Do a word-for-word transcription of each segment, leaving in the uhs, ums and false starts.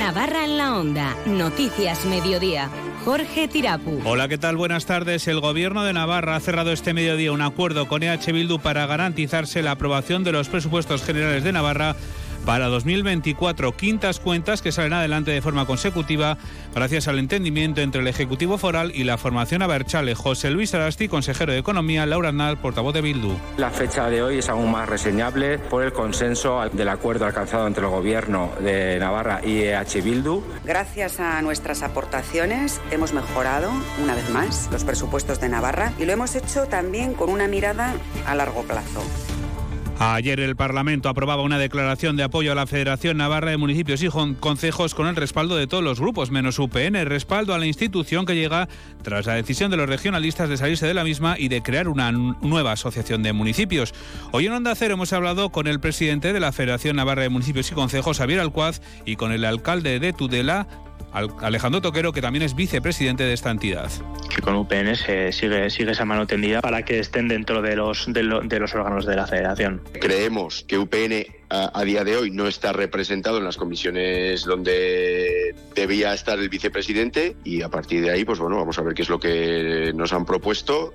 Navarra en la Onda. Noticias Mediodía. Jorge Tirapu. Hola, ¿qué tal? Buenas tardes. El Gobierno de Navarra ha cerrado este mediodía un acuerdo con E H Bildu para garantizarse la aprobación de los presupuestos generales de Navarra para dos mil veinticuatro, quintas cuentas que salen adelante de forma consecutiva gracias al entendimiento entre el Ejecutivo Foral y la formación Abertzale. José Luis Arasti, consejero de Economía, Laura Aznal, portavoz de Bildu. La fecha de hoy es aún más reseñable por el consenso del acuerdo alcanzado entre el Gobierno de Navarra y E H Bildu. Gracias a nuestras aportaciones hemos mejorado, una vez más, los presupuestos de Navarra y lo hemos hecho también con una mirada a largo plazo. Ayer el Parlamento aprobaba una declaración de apoyo a la Federación Navarra de Municipios y Concejos con el respaldo de todos los grupos, menos U P N, respaldo a la institución que llega tras la decisión de los regionalistas de salirse de la misma y de crear una nueva asociación de municipios. Hoy en Onda Cero hemos hablado con el presidente de la Federación Navarra de Municipios y Concejos, Xavier Alcuaz, y con el alcalde de Tudela, Alejandro Toquero, que también es vicepresidente de esta entidad. Que con U P N se sigue, sigue esa mano tendida para que estén dentro de los, de, lo, de los órganos de la federación. Creemos que U P N a, a día de hoy no está representado en las comisiones donde debía estar el vicepresidente y a partir de ahí, pues bueno, vamos a ver qué es lo que nos han propuesto.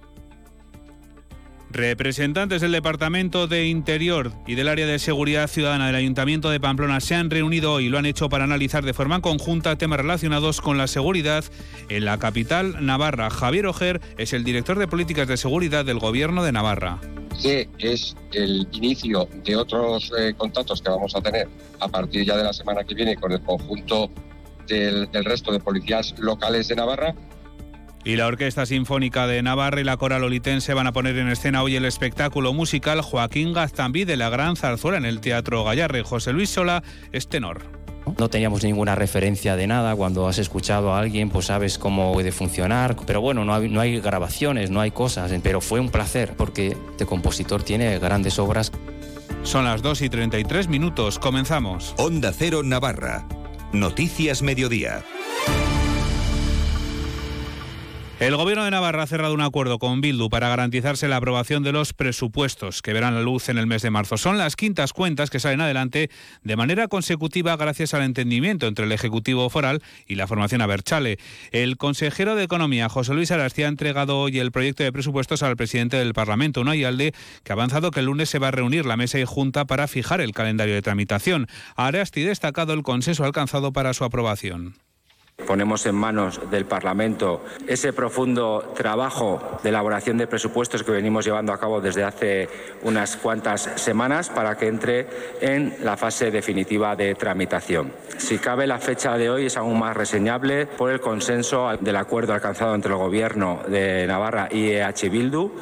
Representantes del Departamento de Interior y del Área de Seguridad Ciudadana del Ayuntamiento de Pamplona se han reunido hoy y lo han hecho para analizar de forma conjunta temas relacionados con la seguridad en la capital navarra. Javier Ojer es el director de Políticas de Seguridad del Gobierno de Navarra. Que es el inicio de otros eh, contactos que vamos a tener a partir ya de la semana que viene con el conjunto del, del resto de policías locales de Navarra. Y la Orquesta Sinfónica de Navarra y la Coral Olitense van a poner en escena hoy el espectáculo musical Joaquín Gaztambí de la Gran Zarzuela en el Teatro Gallarre. José Luis Sola es tenor. No teníamos ninguna referencia de nada. Cuando has escuchado a alguien, pues sabes cómo puede funcionar. Pero bueno, no hay, no hay grabaciones, no hay cosas. Pero fue un placer porque este compositor tiene grandes obras. Son las dos y treinta y tres minutos. Comenzamos. Onda Cero Navarra. Noticias Mediodía. El Gobierno de Navarra ha cerrado un acuerdo con Bildu para garantizarse la aprobación de los presupuestos que verán la luz en el mes de marzo. Son las quintas cuentas que salen adelante de manera consecutiva gracias al entendimiento entre el Ejecutivo Foral y la formación Abertzale. El consejero de Economía, José Luis Arasti, ha entregado hoy el proyecto de presupuestos al presidente del Parlamento, Unai Alde, que ha avanzado que el lunes se va a reunir la mesa y junta para fijar el calendario de tramitación. Arasti ha destacado el consenso alcanzado para su aprobación. Ponemos en manos del Parlamento ese profundo trabajo de elaboración de presupuestos que venimos llevando a cabo desde hace unas cuantas semanas para que entre en la fase definitiva de tramitación. Si cabe, la fecha de hoy es aún más reseñable por el consenso del acuerdo alcanzado entre el Gobierno de Navarra y E H Bildu.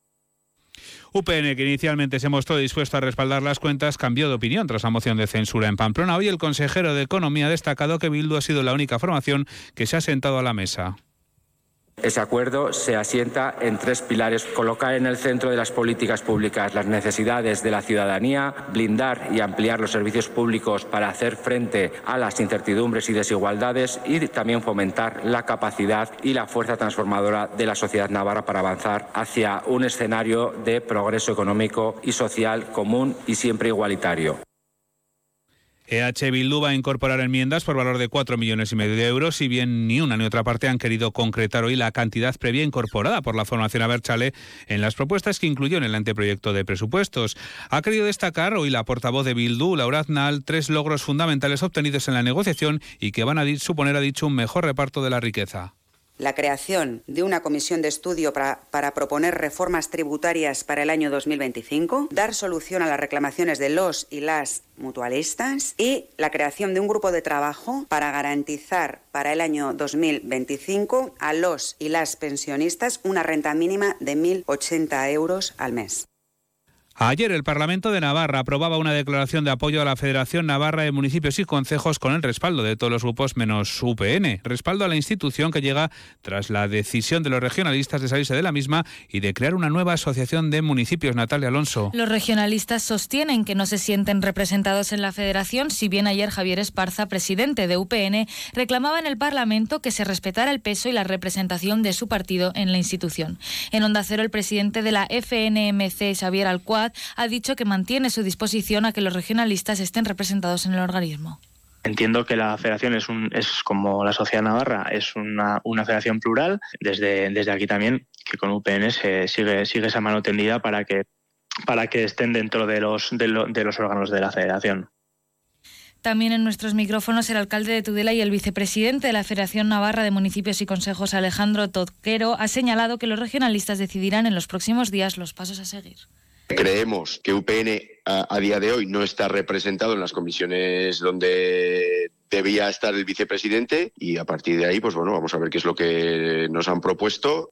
U P N, que inicialmente se mostró dispuesto a respaldar las cuentas, cambió de opinión tras la moción de censura en Pamplona. Hoy el consejero de Economía ha destacado que Bildu ha sido la única formación que se ha sentado a la mesa. Ese acuerdo se asienta en tres pilares: colocar en el centro de las políticas públicas las necesidades de la ciudadanía, blindar y ampliar los servicios públicos para hacer frente a las incertidumbres y desigualdades y también fomentar la capacidad y la fuerza transformadora de la sociedad navarra para avanzar hacia un escenario de progreso económico y social común y siempre igualitario. E H Bildu va a incorporar enmiendas por valor de cuatro millones y medio de euros, si bien ni una ni otra parte han querido concretar hoy la cantidad previa incorporada por la formación Abertzale en las propuestas que incluyó en el anteproyecto de presupuestos. Ha querido destacar hoy la portavoz de Bildu, Laura Aznal, tres logros fundamentales obtenidos en la negociación y que van a suponer, ha dicho, un mejor reparto de la riqueza. La creación de una comisión de estudio para, para proponer reformas tributarias para el año dos mil veinticinco, dar solución a las reclamaciones de los y las mutualistas y la creación de un grupo de trabajo para garantizar para el año dos mil veinticinco a los y las pensionistas una renta mínima de mil ochenta euros al mes. Ayer el Parlamento de Navarra aprobaba una declaración de apoyo a la Federación Navarra de Municipios y Concejos con el respaldo de todos los grupos menos U P N. Respaldo a la institución que llega tras la decisión de los regionalistas de salirse de la misma y de crear una nueva asociación de municipios. Natalia Alonso. Los regionalistas sostienen que no se sienten representados en la Federación, si bien ayer Javier Esparza, presidente de U P N, reclamaba en el Parlamento que se respetara el peso y la representación de su partido en la institución. En Onda Cero, el presidente de la F N M C, Xavier Alcuaz, ha dicho que mantiene su disposición a que los regionalistas estén representados en el organismo. Entiendo que la federación es, un, es como la Sociedad Navarra, es una, una federación plural. Desde, desde aquí también, que con U P N se sigue, sigue esa mano tendida para que, para que estén dentro de los, de, lo, de los órganos de la federación. También en nuestros micrófonos el alcalde de Tudela y el vicepresidente de la Federación Navarra de Municipios y Consejos, Alejandro Toquero, ha señalado que los regionalistas decidirán en los próximos días los pasos a seguir. Creemos que U P N a, a día de hoy no está representado en las comisiones donde debía estar el vicepresidente y a partir de ahí, pues bueno, vamos a ver qué es lo que nos han propuesto.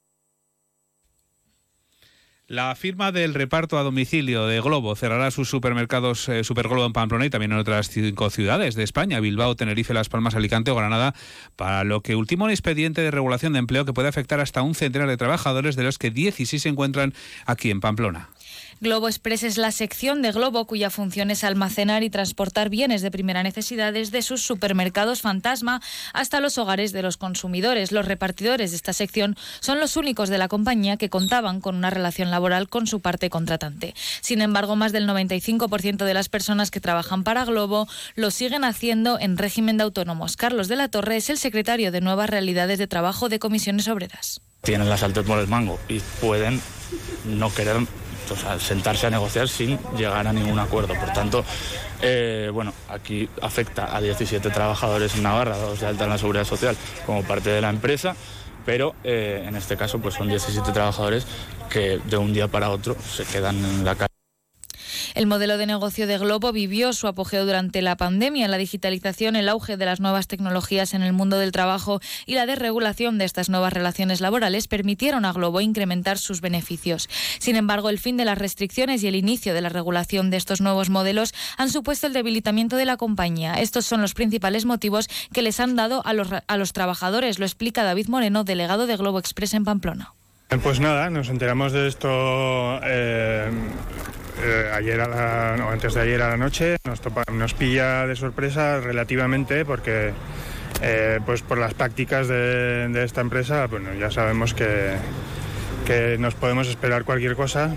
La firma del reparto a domicilio de Globo cerrará sus supermercados eh, Superglobo en Pamplona y también en otras cinco ciudades de España, Bilbao, Tenerife, Las Palmas, Alicante o Granada, para lo que ultima un expediente de regulación de empleo que puede afectar hasta un centenar de trabajadores, de los que dieciséis se encuentran aquí en Pamplona. Globo Express es la sección de Globo cuya función es almacenar y transportar bienes de primera necesidad desde sus supermercados fantasma hasta los hogares de los consumidores. Los repartidores de esta sección son los únicos de la compañía que contaban con una relación laboral con su parte contratante. Sin embargo, más del noventa y cinco por ciento de las personas que trabajan para Globo lo siguen haciendo en régimen de autónomos. Carlos de la Torre es el secretario de Nuevas Realidades de Trabajo de Comisiones Obreras. Tienen la sartén por el mango y pueden no querer, o sea, sentarse a negociar sin llegar a ningún acuerdo. Por tanto, eh, bueno, aquí afecta a diecisiete trabajadores en Navarra, dados de alta en la Seguridad Social como parte de la empresa, pero eh, en este caso pues son diecisiete trabajadores que de un día para otro se quedan en la calle. El modelo de negocio de Globo vivió su apogeo durante la pandemia. La digitalización, el auge de las nuevas tecnologías en el mundo del trabajo y la desregulación de estas nuevas relaciones laborales permitieron a Globo incrementar sus beneficios. Sin embargo, el fin de las restricciones y el inicio de la regulación de estos nuevos modelos han supuesto el debilitamiento de la compañía. Estos son los principales motivos que les han dado a los, a los trabajadores, lo explica David Moreno, delegado de Globo Express en Pamplona. Pues nada, nos enteramos de esto eh, eh, ayer a la, o antes de ayer a la noche. Nos, topa, nos pilla de sorpresa relativamente porque eh, pues por las prácticas de, de esta empresa, bueno, ya sabemos que, que nos podemos esperar cualquier cosa.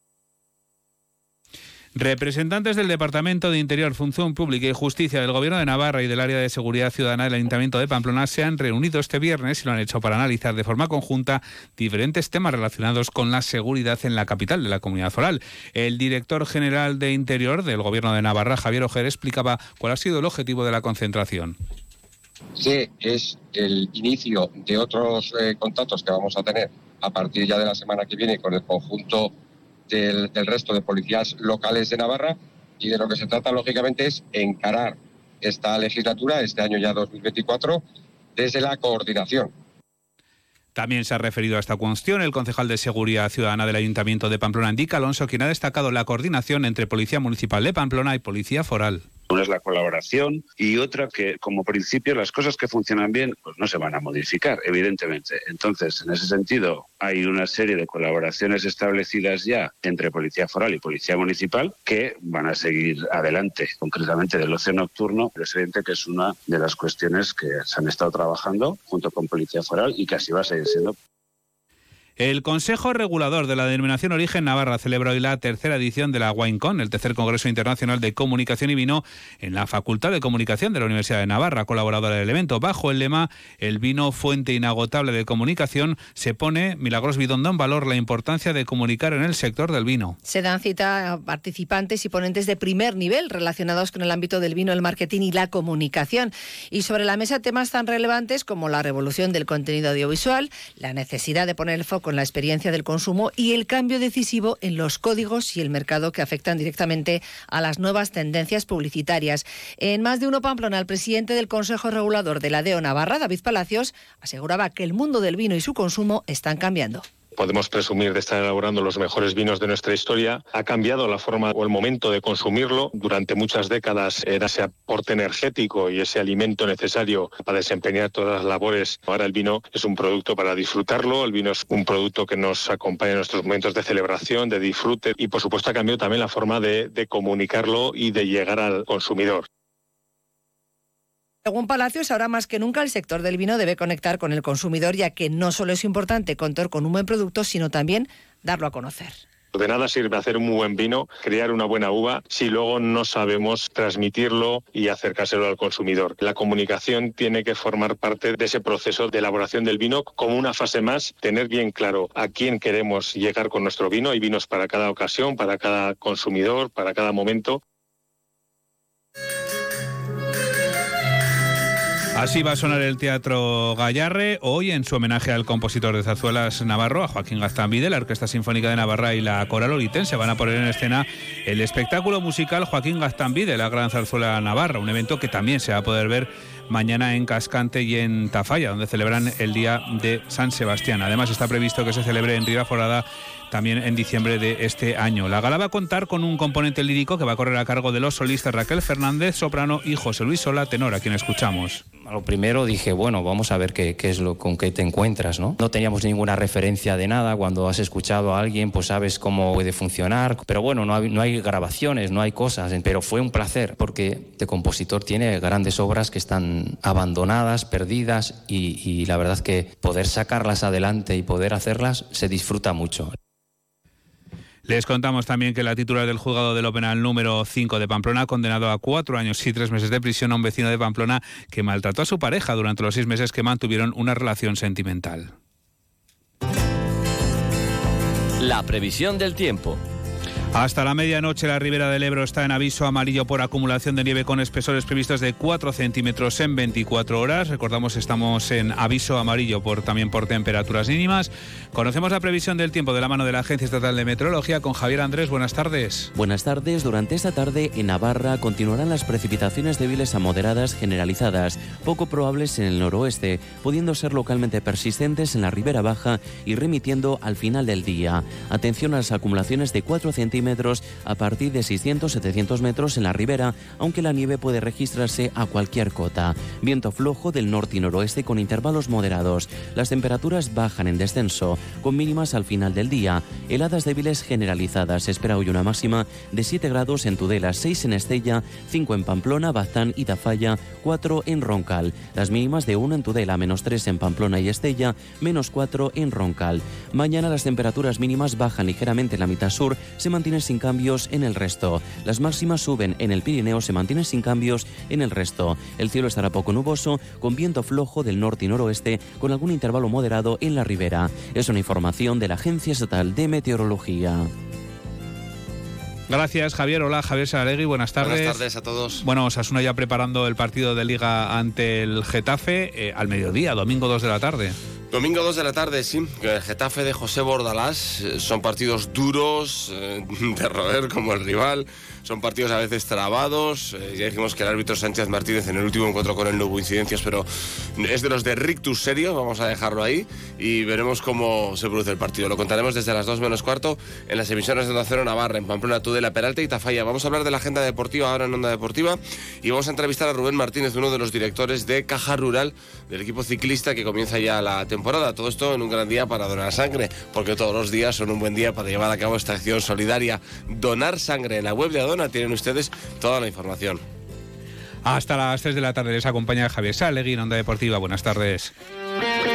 Representantes del Departamento de Interior, Función Pública y Justicia del Gobierno de Navarra y del Área de Seguridad Ciudadana del Ayuntamiento de Pamplona se han reunido este viernes y lo han hecho para analizar de forma conjunta diferentes temas relacionados con la seguridad en la capital de la Comunidad Foral. El director general de Interior del Gobierno de Navarra, Javier Ojer, explicaba cuál ha sido el objetivo de la concentración. Sí, es el inicio de otros eh, contactos que vamos a tener a partir ya de la semana que viene con el conjunto Del, del resto de policías locales de Navarra, y de lo que se trata lógicamente es encarar esta legislatura, este año ya dos mil veinticuatro, desde la coordinación. También se ha referido a esta cuestión el concejal de Seguridad Ciudadana del Ayuntamiento de Pamplona, Enrique Alonso, quien ha destacado la coordinación entre Policía Municipal de Pamplona y Policía Foral. Una es la colaboración y otra que, como principio, las cosas que funcionan bien pues no se van a modificar, evidentemente. Entonces, en ese sentido, hay una serie de colaboraciones establecidas ya entre Policía Foral y Policía Municipal que van a seguir adelante, concretamente del ocio nocturno, pero es evidente que es una de las cuestiones que se han estado trabajando junto con Policía Foral y que así va a seguir siendo. El Consejo Regulador de la Denominación Origen Navarra celebra hoy la tercera edición de la WineCon, el tercer Congreso Internacional de Comunicación y Vino, en la Facultad de Comunicación de la Universidad de Navarra, colaboradora del evento. Bajo el lema "El vino, fuente inagotable de comunicación", se pone, Milagros Bidondo, en valor la importancia de comunicar en el sector del vino. Se dan cita a participantes y ponentes de primer nivel relacionados con el ámbito del vino, el marketing y la comunicación. Y sobre la mesa temas tan relevantes como la revolución del contenido audiovisual, la necesidad de poner el foco en la experiencia del consumo y el cambio decisivo en los códigos y el mercado que afectan directamente a las nuevas tendencias publicitarias. En Más de Uno Pamplona, el presidente del Consejo Regulador de la D E O Navarra, David Palacios, aseguraba que el mundo del vino y su consumo están cambiando. Podemos presumir de estar elaborando los mejores vinos de nuestra historia. Ha cambiado la forma o el momento de consumirlo. Durante muchas décadas era ese aporte energético y ese alimento necesario para desempeñar todas las labores. Ahora el vino es un producto para disfrutarlo. El vino es un producto que nos acompaña en nuestros momentos de celebración, de disfrute, y por supuesto ha cambiado también la forma de, de comunicarlo y de llegar al consumidor. Según Palacios, ahora más que nunca el sector del vino debe conectar con el consumidor, ya que no solo es importante contar con un buen producto, sino también darlo a conocer. De nada sirve hacer un muy buen vino, crear una buena uva, si luego no sabemos transmitirlo y acercárselo al consumidor. La comunicación tiene que formar parte de ese proceso de elaboración del vino como una fase más, tener bien claro a quién queremos llegar con nuestro vino. Hay vinos para cada ocasión, para cada consumidor, para cada momento. Así va a sonar el Teatro Gayarre hoy en su homenaje al compositor de zarzuelas navarro, a Joaquín Gaztambide. La Orquesta Sinfónica de Navarra y la Coral Olitense van a poner en escena el espectáculo musical Joaquín Gaztambide, la gran zarzuela navarra, un evento que también se va a poder ver mañana en Cascante y en Tafalla, donde celebran el Día de San Sebastián. Además está previsto que se celebre en Ribaforada también en diciembre de este año. La gala va a contar con un componente lírico que va a correr a cargo de los solistas Raquel Fernández, soprano, y José Luis Sola, tenor, a quien escuchamos. Lo primero dije, bueno, vamos a ver qué, qué es lo con qué te encuentras, ¿no? No teníamos ninguna referencia de nada. Cuando has escuchado a alguien, pues sabes cómo puede funcionar. Pero bueno, no hay, no hay grabaciones, no hay cosas. Pero fue un placer, porque este compositor tiene grandes obras que están abandonadas, perdidas, y, y la verdad es que poder sacarlas adelante y poder hacerlas se disfruta mucho. Les contamos también que la titular del juzgado de lo penal número cinco de Pamplona ha condenado a cuatro años y tres meses de prisión a un vecino de Pamplona que maltrató a su pareja durante los seis meses que mantuvieron una relación sentimental. La previsión del tiempo. Hasta la medianoche la Ribera del Ebro está en aviso amarillo por acumulación de nieve con espesores previstos de cuatro centímetros en veinticuatro horas. Recordamos, estamos en aviso amarillo por también por temperaturas mínimas. Conocemos la previsión del tiempo de la mano de la Agencia Estatal de Meteorología con Javier Andrés. Buenas tardes. Buenas tardes. Durante esta tarde en Navarra continuarán las precipitaciones débiles a moderadas generalizadas, poco probables en el noroeste, pudiendo ser localmente persistentes en la Ribera Baja y remitiendo al final del día. Atención a las acumulaciones de cuatro centímetros a partir de seiscientos a setecientos metros en la ribera, aunque la nieve puede registrarse a cualquier cota. Viento flojo del norte y noroeste con intervalos moderados. Las temperaturas bajan en descenso, con mínimas al final del día. Heladas débiles generalizadas. Se espera hoy una máxima de siete grados en Tudela, seis en Estella, cinco en Pamplona, Baztán y Tafalla, cuatro en Roncal. Las mínimas de uno en Tudela, menos tres en Pamplona y Estella, menos cuatro en Roncal. Mañana las temperaturas mínimas bajan ligeramente en la mitad sur, se mantienen sin cambios en el resto. Las máximas suben en el Pirineo, se mantienen sin cambios en el resto. El cielo estará poco nuboso, con viento flojo del norte y noroeste, con algún intervalo moderado en la ribera. Es una información de la Agencia Estatal de Meteorología. Gracias, Javier. Hola, Javier Saralegui, buenas tardes. Buenas tardes a todos. Bueno, Osasuna ya preparando el partido de Liga ante el Getafe eh, al mediodía, domingo dos de la tarde. Domingo dos de la tarde, sí. El Getafe de José Bordalás. Son partidos duros, eh, de roer como el rival. Son partidos a veces trabados. Eh, ya dijimos que el árbitro Sánchez Martínez en el último encuentro con él no hubo incidencias, pero es de los de rictus serio, vamos a dejarlo ahí, y veremos cómo se produce el partido. Lo contaremos desde las dos menos cuarto en las emisiones de Onda Cero Navarra, en Pamplona, Tudela, Peralta y Tafalla. Vamos a hablar de la agenda deportiva ahora en Onda Deportiva y vamos a entrevistar a Rubén Martínez, uno de los directores de Caja Rural, del equipo ciclista que comienza ya la temporada. Todo esto en un gran día para donar sangre, porque todos los días son un buen día para llevar a cabo esta acción solidaria. Donar sangre. En la web de Adona tienen ustedes toda la información. Hasta las tres de la tarde les acompaña Javier Saralegui en Onda Deportiva. Buenas tardes.